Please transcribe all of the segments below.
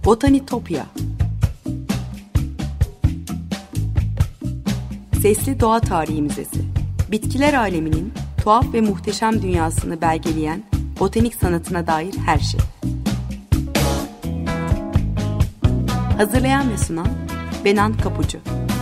Botanitopya. Sesli Doğa Tarihi Müzesi. Bitkiler aleminin tuhaf ve muhteşem dünyasını belgeleyen botanik sanatına dair her şey. Hazırlayan ve sunan Benan Kapucu.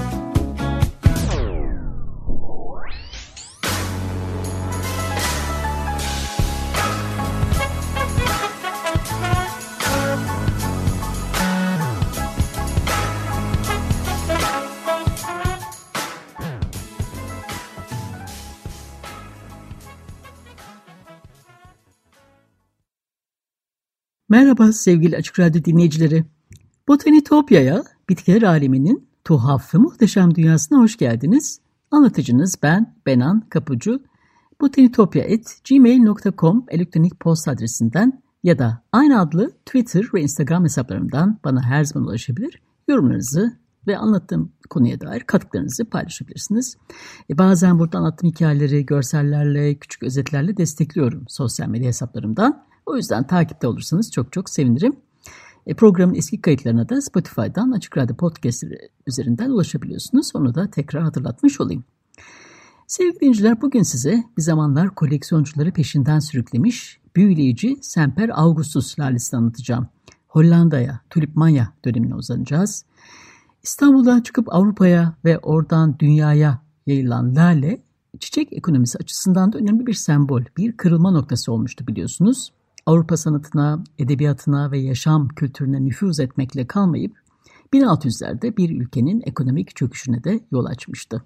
Merhaba sevgili Açık Radyo dinleyicileri. Botanitopya'ya, bitkiler aleminin tuhaf ve muhteşem dünyasına hoş geldiniz. Anlatıcınız ben Benan Kapucu. botanitopya@gmail.com elektronik posta adresinden ya da aynı adlı Twitter ve Instagram hesaplarımdan bana her zaman ulaşabilir. Yorumlarınızı ve anlattığım konuya dair katkılarınızı paylaşabilirsiniz. Bazen burada anlattığım hikayeleri görsellerle, küçük özetlerle destekliyorum sosyal medya hesaplarımdan. O yüzden takipte olursanız çok çok sevinirim. Programın eski kayıtlarına da Spotify'dan Açık Radyo Podcast'leri üzerinden ulaşabiliyorsunuz. Onu da tekrar hatırlatmış olayım. Sevgili dinleyiciler, bugün size bir zamanlar koleksiyoncuları peşinden sürüklemiş büyüleyici Semper Augustus lalesini anlatacağım. Hollanda'ya, Tulipmanya dönemine uzanacağız. İstanbul'dan çıkıp Avrupa'ya ve oradan dünyaya yayılan lale, çiçek ekonomisi açısından da önemli bir sembol, bir kırılma noktası olmuştu biliyorsunuz. Avrupa sanatına, edebiyatına ve yaşam kültürüne nüfuz etmekle kalmayıp 1600'lerde bir ülkenin ekonomik çöküşüne de yol açmıştı.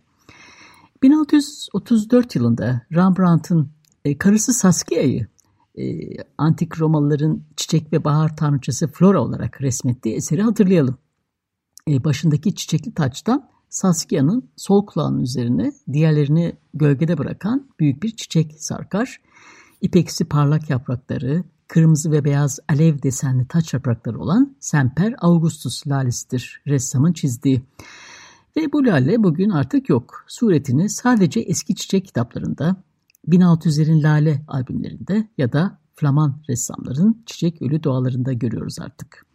1634 yılında Rembrandt'ın karısı Saskia'yı antik Romalıların çiçek ve bahar tanrıçası Flora olarak resmettiği eseri hatırlayalım. Başındaki çiçekli taçtan Saskia'nın sol kulağının üzerine diğerlerini gölgede bırakan büyük bir çiçek sarkar. İpeksi parlak yaprakları, kırmızı ve beyaz alev desenli taç yaprakları olan Semper Augustus lalesidir ressamın çizdiği. Ve bu lale bugün artık yok. Suretini sadece eski çiçek kitaplarında, 1600'lerin lale albümlerinde ya da Flaman ressamların çiçek ölü doğalarında görüyoruz artık.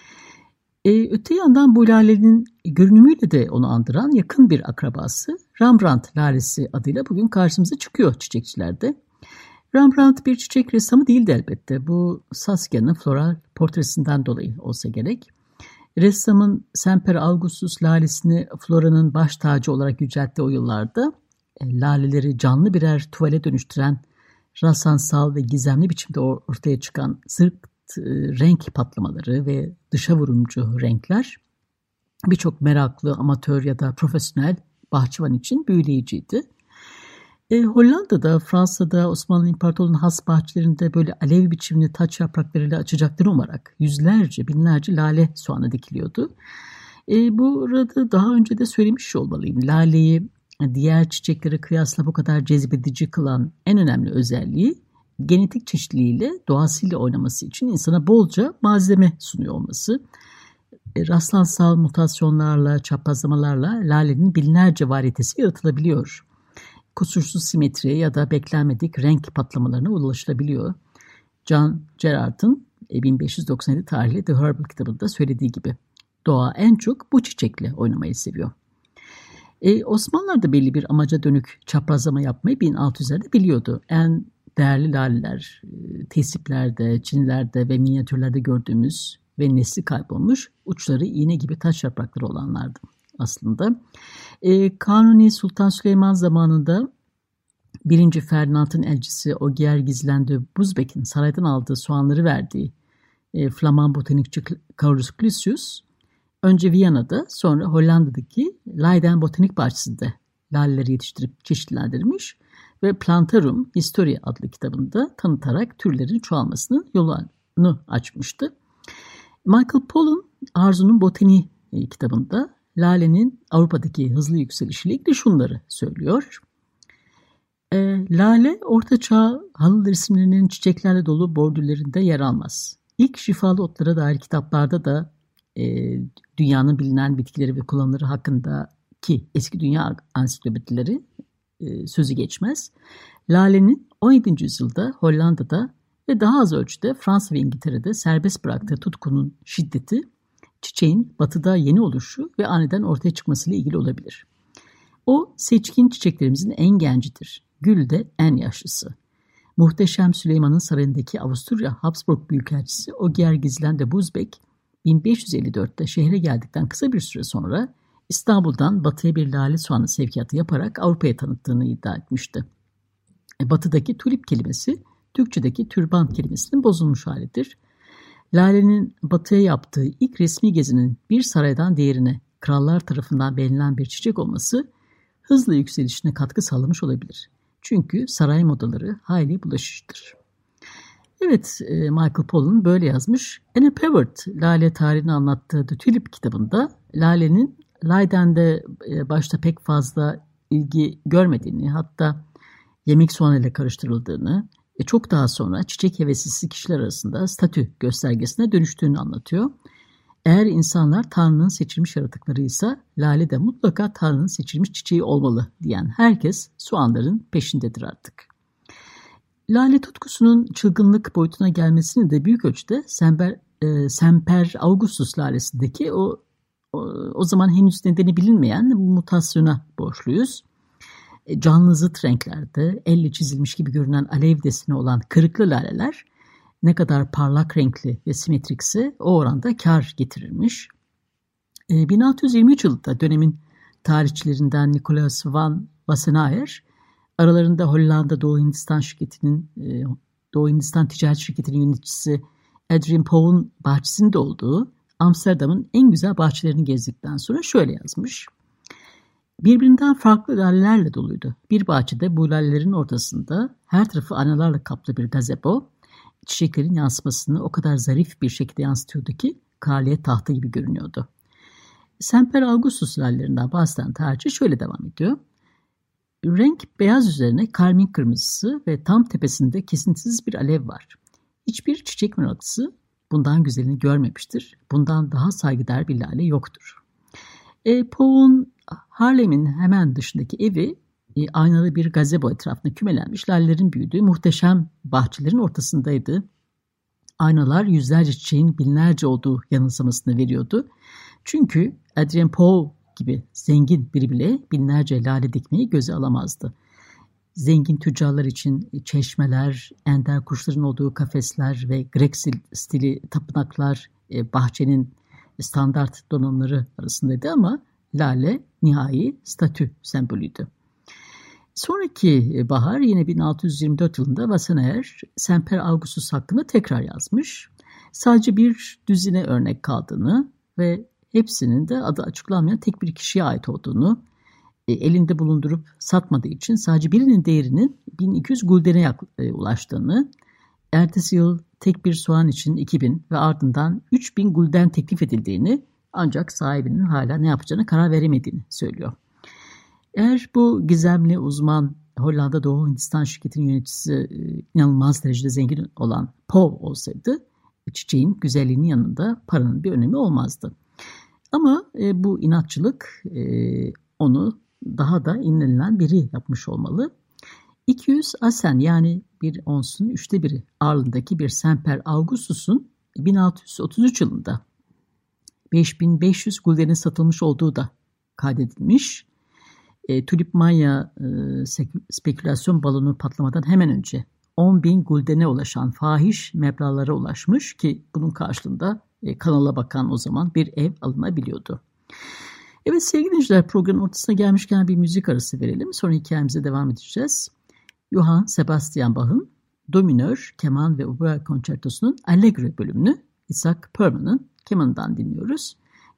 Öte yandan bu lalenin görünümüyle de onu andıran yakın bir akrabası Rembrandt lalesi adıyla bugün karşımıza çıkıyor çiçekçilerde. Rembrandt bir çiçek ressamı değildi elbette. Bu Saskia'nın floral portresinden dolayı olsa gerek. Ressamın Semper Augustus lalesini Flora'nın baş tacı olarak yücelttiği o yıllarda laleleri canlı birer tuvale dönüştüren rasansal ve gizemli biçimde ortaya çıkan zırt renk patlamaları ve dışa vurumcu renkler birçok meraklı, amatör ya da profesyonel bahçıvan için büyüleyiciydi. Hollanda'da, Fransa'da, Osmanlı İmparatorluğu'nun has bahçelerinde böyle alev biçimli taç yapraklarıyla açacaklarını umarak yüzlerce, binlerce lale soğanı dikiliyordu. Burada daha önce de söylemiş olmalıyım. Laleyi diğer çiçeklere kıyasla bu kadar cezbedici kılan en önemli özelliği genetik çeşitliliğiyle, doğasıyla oynaması için insana bolca malzeme sunuyor olması. Rastlansal mutasyonlarla, çaprazlamalarla lalenin binlerce varyetesi yaratılabiliyor. Kusursuz simetri ya da beklenmedik renk patlamalarına ulaşılabiliyor. John Gerard'ın 1597 tarihli The Herbal kitabında söylediği gibi doğa en çok bu çiçekle oynamayı seviyor. Osmanlılar da belli bir amaca dönük çaprazlama yapmayı 1600'lerde biliyordu. En değerli laleler tesiplerde, çinilerde ve minyatürlerde gördüğümüz ve nesli kaybolmuş, uçları iğne gibi taç yaprakları olanlardı aslında. Kanuni Sultan Süleyman zamanında 1. Ferdinand'ın elçisi Ogier Gizlen de Busbeck'in saraydan aldığı soğanları verdiği Flaman botanikçi Carolus Clusius önce Viyana'da sonra Hollanda'daki Leiden Botanik Bahçesi'nde laleleri yetiştirip çeşitlendirmiş ve Plantarum Historia adlı kitabında tanıtarak türlerin çoğalmasının yolunu açmıştı. Michael Pollan Arzu'nun Botaniği kitabında lalenin Avrupa'daki hızlı yükselişiyle ilgili şunları söylüyor. Lale ortaçağ halı resimlerinin çiçeklerle dolu bordürlerinde yer almaz. İlk şifalı otlara dair kitaplarda da dünyanın bilinen bitkileri ve kullanımları hakkındaki eski dünya ansiklopedileri sözü geçmez. Lalenin 17. yüzyılda Hollanda'da ve daha az ölçüde Fransa ve İngiltere'de serbest bıraktığı tutkunun şiddeti çiçeğin batıda yeni oluşu ve aniden ortaya çıkmasıyla ilgili olabilir. O seçkin çiçeklerimizin en gencidir. Gül de en yaşlısı. Muhteşem Süleyman'ın sarayındaki Avusturya Habsburg Büyükelçisi Ogier Gizlen de Busbeck 1554'te şehre geldikten kısa bir süre sonra İstanbul'dan batıya bir lale soğanı sevkiyatı yaparak Avrupa'ya tanıttığını iddia etmişti. Batıdaki tulip kelimesi Türkçedeki türban kelimesinin bozulmuş halidir. Lale'nin batıya yaptığı ilk resmi gezinin bir saraydan diğerine krallar tarafından beğenilen bir çiçek olması hızla yükselişine katkı sağlamış olabilir. Çünkü saray modaları hayli bulaşıcıdır. Evet, Michael Pollan böyle yazmış. Anna Pevert, Lale tarihini anlattığı The Tulip kitabında Lale'nin Leiden'de başta pek fazla ilgi görmediğini, hatta yemek soğanıyla karıştırıldığını, çok daha sonra çiçek heveslisi kişiler arasında statü göstergesine dönüştüğünü anlatıyor. Eğer insanlar Tanrı'nın seçilmiş yaratıklarıysa Lale de mutlaka Tanrı'nın seçilmiş çiçeği olmalı diyen herkes soğanların peşindedir artık. Lale tutkusunun çılgınlık boyutuna gelmesini de büyük ölçüde Semper Augustus lalesindeki o zaman henüz nedeni bilinmeyen bu mutasyona borçluyuz. Canlı zıt renklerde elle çizilmiş gibi görünen alev deseni olan kırıklı laleler ne kadar parlak renkli ve simetrikse o oranda kar getirirmiş. 1623 yılında dönemin tarihçilerinden Nicolaas van Wassenaer, aralarında Hollanda Doğu Hindistan Ticaret Şirketi'nin yöneticisi Adrian Pauw'un bahçesinde olduğu Amsterdam'ın en güzel bahçelerini gezdikten sonra şöyle yazmış. Birbirinden farklı lalelerle doluydu. Bir bahçede bu lalelerin ortasında her tarafı aynalarla kaplı bir gazebo, çiçeklerin yansımasını o kadar zarif bir şekilde yansıtıyordu ki kraliyet tahta gibi görünüyordu. Semper Augustus lalelerinden bahseden tarihçi şöyle devam ediyor. Renk beyaz üzerine karmin kırmızısı ve tam tepesinde kesintisiz bir alev var. Hiçbir çiçek meraklısı bundan güzelini görmemiştir. Bundan daha saygıdeğer bir lale yoktur. Pauw'un Harlem'in hemen dışındaki evi aynalı bir gazebo etrafında kümelenmiş lalelerin büyüdüğü muhteşem bahçelerin ortasındaydı. Aynalar yüzlerce çiçeğin binlerce olduğu yanılsamasını veriyordu. Çünkü Adrian Pauw gibi zengin biri bile binlerce lale dikmeyi göze alamazdı. Zengin tüccarlar için çeşmeler, ender kuşların olduğu kafesler ve Grek stili tapınaklar bahçenin standart donanımları arasındaydı ama lale nihai statü sembolüydü. Sonraki bahar yine 1624 yılında Wassenaer Semper Augustus hakkında tekrar yazmış. Sadece bir düzine örnek kaldığını ve hepsinin de adı açıklanmayan tek bir kişiye ait olduğunu, elinde bulundurup satmadığı için sadece birinin değerinin 1200 guldene ulaştığını, ertesi yıl tek bir soğan için 2000 ve ardından 3000 gulden teklif edildiğini, ancak sahibinin hala ne yapacağını karar veremediğini söylüyor. Eğer bu gizemli uzman Hollanda Doğu Hindistan Şirketi'nin yöneticisi inanılmaz derecede zengin olan Pauw olsaydı, çiçeğin güzelliğinin yanında paranın bir önemi olmazdı. Ama bu inatçılık onu daha da inlenilen biri yapmış olmalı. 200 asen yani bir onsun 1/3 ağırlığındaki bir Semper Augustus'un 1633 yılında 5500 guldenin satılmış olduğu da kaydedilmiş. Tulip Manya spekülasyon balonu patlamadan hemen önce 10.000 guldene ulaşan fahiş meblağlara ulaşmış ki bunun karşılığında kanala bakan o zaman bir ev alınabiliyordu. Evet sevgili dinleyiciler, programın ortasına gelmişken bir müzik arası verelim. Sonra hikayemize devam edeceğiz. Johann Sebastian Bach'ın Do minör, keman ve opera konçertosunun Allegro bölümünü Isaac Perman'ın kemanından dinliyoruz.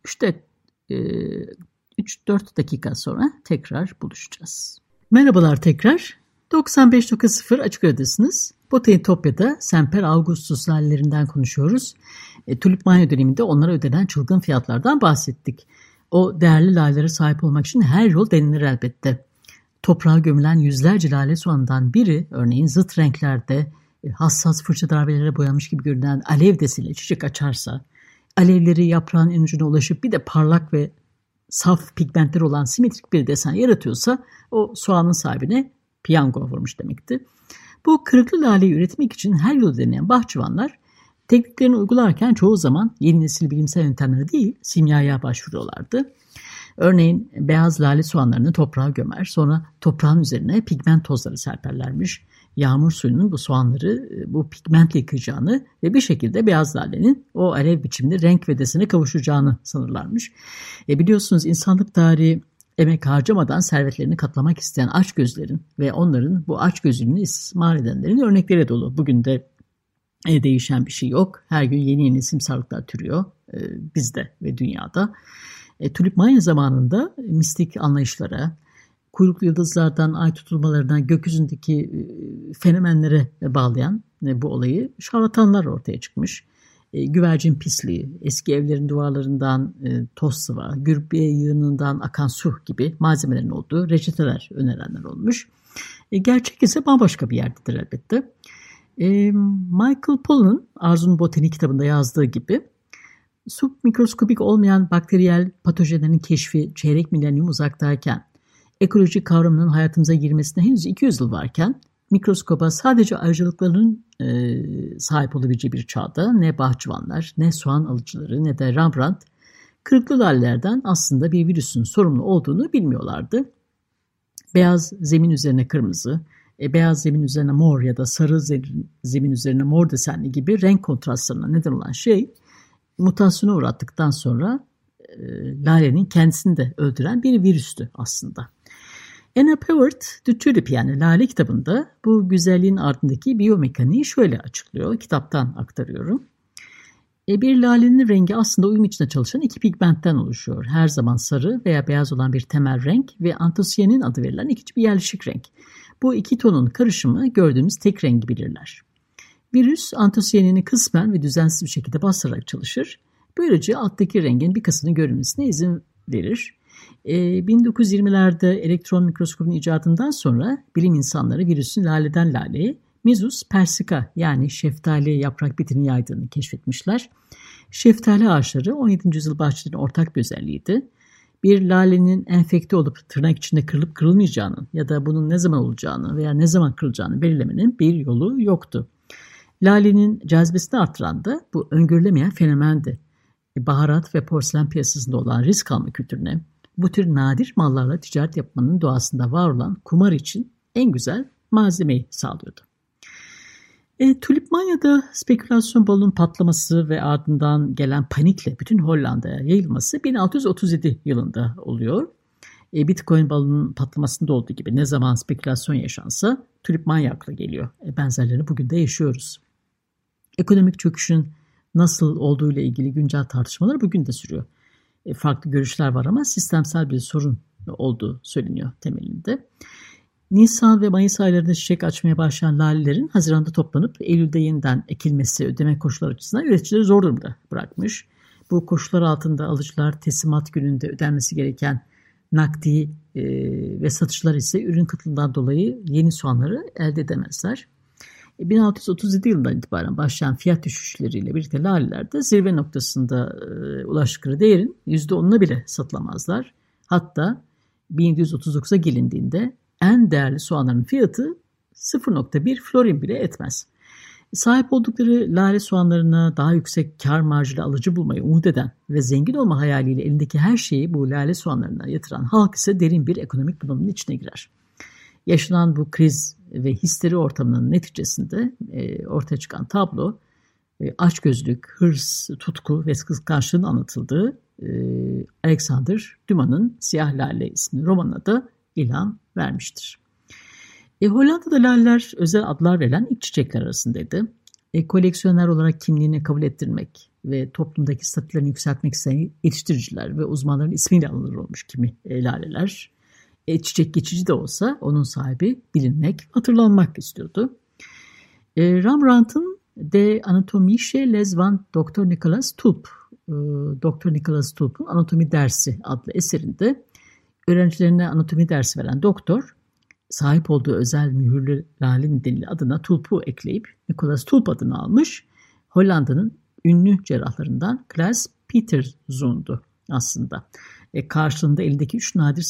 3-4 dakika sonra tekrar buluşacağız. Merhabalar tekrar. 95.0 Açık Radyo'dasınız. Botanitopya'da Semper Augustus lalelerinden konuşuyoruz. Tulip Manya döneminde onlara ödenen çılgın fiyatlardan bahsettik. O değerli lalelere sahip olmak için her yol denilir elbette. Toprağa gömülen yüzlerce lale soğanından biri, örneğin zıt renklerde hassas fırça darbelere boyanmış gibi görünen alev deseniyle çiçek açarsa, alevleri yaprağın en ucuna ulaşıp bir de parlak ve saf pigmentler olan simetrik bir desen yaratıyorsa o soğanın sahibine piyango vurmuş demekti. Bu kırıklı laleyi üretmek için her yolu deneyen bahçıvanlar Tekniklerini uygularken çoğu zaman yeni nesil bilimsel yöntemlere değil simyaya başvuruyorlardı. Örneğin beyaz lale soğanlarını toprağa gömer, sonra toprağın üzerine pigment tozları serperlermiş. Yağmur suyunun bu soğanları bu pigmentle yıkayacağını ve bir şekilde beyaz lalenin o alev biçimli renk ve desene kavuşacağını sanırlarmış. Biliyorsunuz insanlık tarihi emek harcamadan servetlerini katlamak isteyen açgözlerin ve onların bu açgözlülüğünü istismar edenlerin örnekleri dolu. Bugün de değişen bir şey yok. Her gün yeni simsarlıklar türüyor bizde ve dünyada. Tulipmanya zamanında mistik anlayışlara, kuyruklu yıldızlardan, ay tutulmalarından gökyüzündeki fenomenlere bağlayan bu olayı şarlatanlar ortaya çıkmış. Güvercin pisliği, eski evlerin duvarlarından toz sıva, gürbiye yığınından akan su gibi malzemelerin olduğu reçeteler önerenler olmuş. Gerçek ise bambaşka bir yerdedir elbette. Michael Pollan'ın Arzu'nun Botanik kitabında yazdığı gibi submikroskopik olmayan bakteriyel patojenlerin keşfi çeyrek milenyum uzaktayken, ekoloji kavramının hayatımıza girmesine henüz 200 yıl varken, mikroskoba sadece ayrıcalıkların sahip olabileceği bir çağda ne bahçıvanlar, ne soğan alıcıları, ne de Rembrandt kırıklı lalelerden aslında bir virüsün sorumlu olduğunu bilmiyorlardı. Beyaz zemin üzerine kırmızı, beyaz zemin üzerine mor ya da sarı zemin üzerine mor desenli gibi renk kontrastlarına neden olan şey, mutasyona uğrattıktan sonra lalenin kendisini de öldüren bir virüstü aslında. Anna Pewart, The Tulip yani Lale kitabında bu güzelliğin ardındaki biyomekaniği şöyle açıklıyor. Kitaptan aktarıyorum. Bir lalenin rengi aslında uyum içinde çalışan iki pigmentten oluşuyor. Her zaman sarı veya beyaz olan bir temel renk ve antosiyanin adı verilen ikinci bir yerleşik renk. Bu iki tonun karışımı gördüğümüz tek rengi bilirler. Virüs antosiyanini kısmen ve düzensiz bir şekilde bastırarak çalışır. Böylece alttaki rengin bir kısmını görünmesine izin verir. 1920'lerde elektron mikroskopun icadından sonra bilim insanları virüsün laleden laleye Mizus persica yani şeftali yaprak bitini yaydığını keşfetmişler. Şeftali ağaçları 17. yüzyıl bahçelerinin ortak bir özelliğiydi. Bir lalenin enfekte olup tırnak içinde kırılıp kırılmayacağını ya da bunun ne zaman olacağını veya ne zaman kırılacağını belirlemenin bir yolu yoktu. Lalenin cazibesini artıran da bu öngörülemeyen fenomendi. Baharat ve porselen piyasasında olan risk alma kültürüne, bu tür nadir mallarla ticaret yapmanın doğasında var olan kumar için en güzel malzemeyi sağlıyordu. Tulipmanya'da spekülasyon balonun patlaması ve ardından gelen panikle bütün Hollanda'ya yayılması 1637 yılında oluyor. Bitcoin balonun patlamasında olduğu gibi ne zaman spekülasyon yaşansa tulipmanya akla geliyor. Benzerlerini bugün de yaşıyoruz. Ekonomik çöküşün nasıl olduğu ile ilgili güncel tartışmalar bugün de sürüyor. Farklı görüşler var ama sistemsel bir sorun olduğu söyleniyor temelinde. Nisan ve Mayıs aylarında çiçek açmaya başlayan lalelerin Haziran'da toplanıp Eylül'de yeniden ekilmesi ödeme koşulları açısından üreticileri zor durumda bırakmış. Bu koşullar altında alıcılar teslimat gününde ödenmesi gereken nakdi ve satışlar ise ürün kıtlığından dolayı yeni soğanları elde edemezler. 1637 yılından itibaren başlayan fiyat düşüşleriyle birlikte laleler de zirve noktasında ulaştıkları değerin %10'una bile satılamazlar. Hatta 1739'a gelindiğinde en değerli soğanların fiyatı 0.1 florin bile etmez. Sahip oldukları lale soğanlarına daha yüksek kar marjıyla alıcı bulmayı umut eden ve zengin olma hayaliyle elindeki her şeyi bu lale soğanlarına yatıran halk ise derin bir ekonomik bunalımın içine girer. Yaşanan bu kriz ve histeri ortamının neticesinde ortaya çıkan tablo açgözlülük, hırs, tutku ve kıskançlığın anlatıldığı Alexander Dumas'ın Siyah Lale isimli romanına da ilham vermiştir. Hollanda'da laleler özel adlar verilen ilk çiçekler arasındaydı. Koleksiyoner olarak kimliğini kabul ettirmek ve toplumdaki statülerini yükseltmek isteyen yetiştiriciler ve uzmanların ismiyle anılır olmuş kimi laleler. Çiçek geçici de olsa onun sahibi bilinmek, hatırlanmak istiyordu. Rembrandt'ın De Anatomische Les van Dr. Nicolas Tulp, Dr. Nicolas Tulp'un Anatomi Dersi adlı eserinde öğrencilerine anatomi dersi veren doktor, sahip olduğu özel mühürlü lale nedeniyle adına Tulp'u ekleyip Nicolas Tulp adını almış. Hollanda'nın ünlü cerrahlarından Klaas Pieterszoon'du aslında. Karşılığında elindeki 3 nadir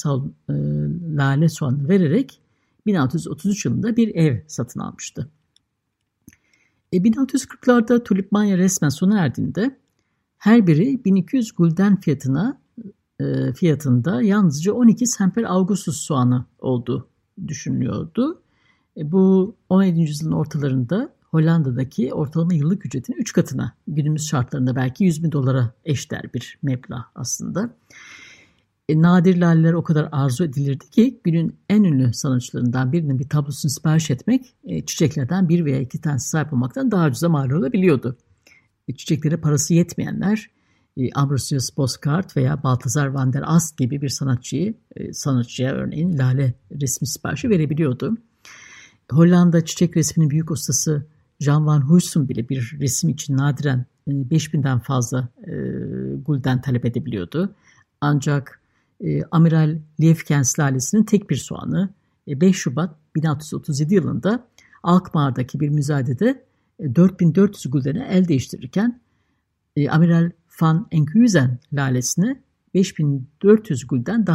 lale soğanı vererek 1633 yılında bir ev satın almıştı. 1640'larda tulip manya resmen sona erdiğinde her biri 1200 gulden fiyatında yalnızca 12 Semper Augustus soğanı olduğu düşünülüyordu. Bu 17. yüzyılın ortalarında Hollanda'daki ortalama yıllık ücretin 3 katına, günümüz şartlarında belki $100.000 eşdeğer bir meblağ aslında. Nadir laleler o kadar arzu edilirdi ki günün en ünlü sanatçılarından birinin bir tablosunu sipariş etmek çiçeklerden 1 veya 2 tanesi sahip olmaktan daha ucuza mal olabiliyordu. Çiçeklere parası yetmeyenler Ambrosius Bosschaert veya Balthasar van der Ast gibi bir sanatçıya örneğin lale resmi siparişi verebiliyordu. Hollanda çiçek resminin büyük ustası Jan van Huysum bile bir resim için nadiren 5000'den fazla gulden talep edebiliyordu. Ancak Amiral Liefkens lalesinin tek bir soğanı 5 Şubat 1637 yılında Alkmaar'daki bir müzayedede 4400 guldene el değiştirirken Amiral van Enkhuizen lalesine 5400 guldenden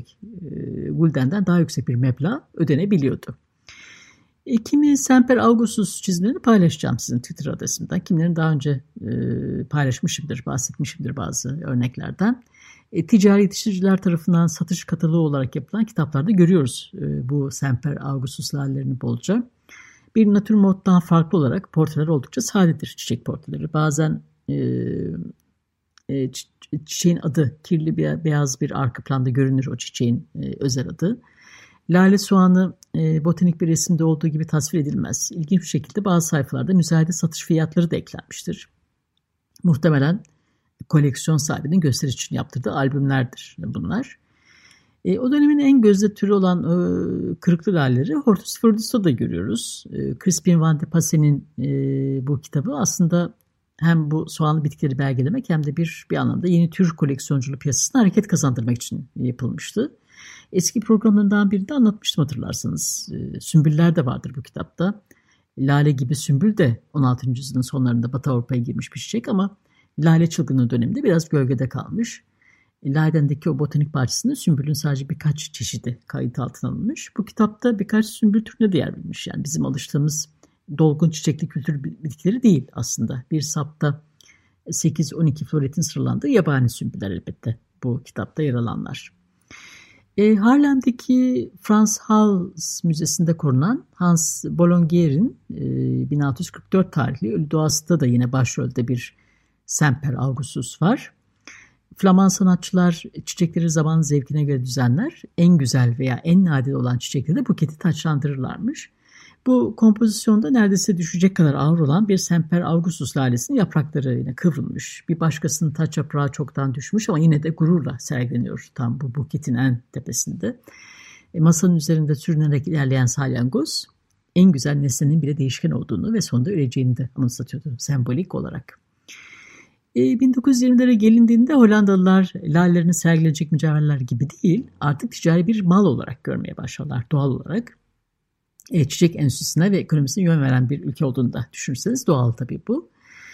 daha yüksek bir meblağ ödenebiliyordu. Kimi Semper Augustus çizimlerini paylaşacağım sizin Twitter adresimden. Kimilerini daha önce bahsetmişimdir bazı örneklerden. Ticari yetiştiriciler tarafından satış kataloğu olarak yapılan kitaplarda görüyoruz bu Semper Augustus lalelerini bolca. Bir natürmorttan farklı olarak portreler oldukça sadedir, çiçek portreleri. Bazen çiçeğin adı kirli beyaz bir arka planda görünür, o çiçeğin özel adı. Lale soğanı botanik bir resimde olduğu gibi tasvir edilmez. İlginç bir şekilde bazı sayfalarda müzayede satış fiyatları da eklenmiştir. Muhtemelen koleksiyon sahibinin gösteri için yaptırdığı albümlerdir bunlar. O dönemin en gözde türü olan kırıklı laleleri Hortus Floristo'da görüyoruz. Crispin van de Passen'in bu kitabı aslında hem bu soğanlı bitkileri belgelemek hem de bir anlamda yeni tür koleksiyonculuğu piyasasına hareket kazandırmak için yapılmıştı. Eski programlarından birinde anlatmıştım hatırlarsanız. Sümbüller de vardır bu kitapta. Lale gibi sümbül de 16. yüzyılın sonlarında Batı Avrupa'ya girmiş bir çiçek ama lale çılgınlığı döneminde biraz gölgede kalmış. Laden'deki o botanik bahçesinde sümbülün sadece birkaç çeşidi kayıt altına alınmış. Bu kitapta birkaç sümbül türüne de yer verilmiş. Yani bizim alıştığımız dolgun çiçekli kültür bitkileri değil aslında. Bir sapta 8-12 floretin sıralandığı yabani sümbüller elbette bu kitapta yer alanlar. Harlem'deki Frans Hals Müzesi'nde korunan Hans Boulangier'in 1644 tarihli Ölü Doğası'da da yine başrolde bir Semper Augustus var. Flaman sanatçılar çiçekleri zaman zevkine göre düzenler. En güzel veya en nadir olan çiçekleri de buketi taçlandırırlarmış. Bu kompozisyonda neredeyse düşecek kadar ağır olan bir Semper Augustus lalesinin yaprakları yine kıvrılmış. Bir başkasının taç yaprağı çoktan düşmüş ama yine de gururla sergileniyor tam bu buketin en tepesinde. Masanın üzerinde sürünerek ilerleyen salyangoz en güzel nesnenin bile değişken olduğunu ve sonunda öleceğini de anımsatıyordu sembolik olarak. 1920'lere gelindiğinde Hollandalılar lalelerini sergilenecek mücevherler gibi değil, artık ticari bir mal olarak görmeye başladılar doğal olarak. Çiçek endüstrisine ve ekonomisine yön veren bir ülke olduğunu da düşünürseniz doğal tabii bu.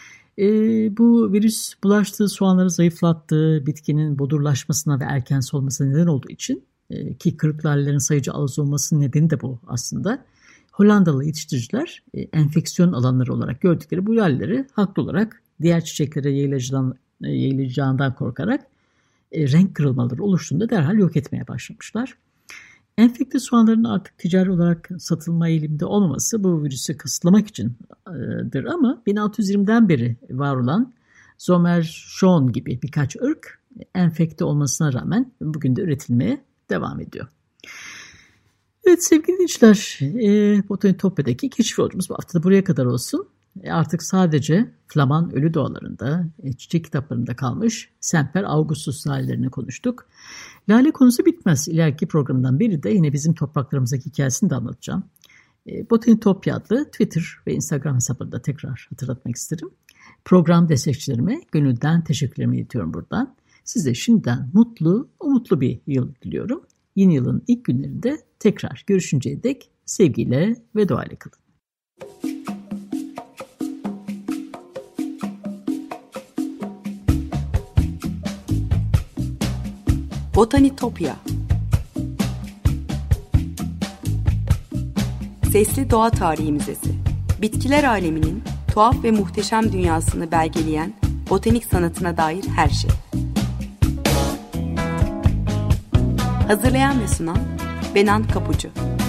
Bu virüs bulaştığı soğanları zayıflattığı, bitkinin bodurlaşmasına ve erken solmasına neden olduğu için ki kırık lalelerin sayıca az olmasının nedeni de bu aslında. Hollandalı yetiştiriciler enfeksiyon alanları olarak gördükleri bu laleleri haklı olarak diğer çiçeklere yayılacağından korkarak renk kırılmaları oluştuğunda derhal yok etmeye başlamışlar. Enfekte soğanların artık ticari olarak satılma eğiliminde olmaması bu virüsü kısıtlamak içindir ama 1620'den beri var olan Zomerschon gibi birkaç ırk enfekte olmasına rağmen bugün de üretilmeye devam ediyor. Evet sevgili dinleyiciler, Botanitopya'daki keşif yolculuğumuz bu hafta da buraya kadar olsun. Artık sadece Flaman ölü doğalarında, çiçek kitaplarında kalmış Semper Augustus lalelerini konuştuk. Lale konusu bitmez. İleriki programdan biri de yine bizim topraklarımızdaki hikayesini de anlatacağım. Botanitopya adlı Twitter ve Instagram hesaplarını da tekrar hatırlatmak isterim. Program destekçilerime gönülden teşekkürlerimi iletiyorum buradan. Size şimdiden umutlu bir yıl diliyorum. Yeni yılın ilk günlerinde tekrar görüşünceye dek sevgiyle ve duayla kalın. Botanitopya. Sesli Doğa Tarihi Müzesi. Bitkiler aleminin tuhaf ve muhteşem dünyasını belgeleyen botanik sanatına dair her şey. Hazırlayan ve sunan Benan Kapucu.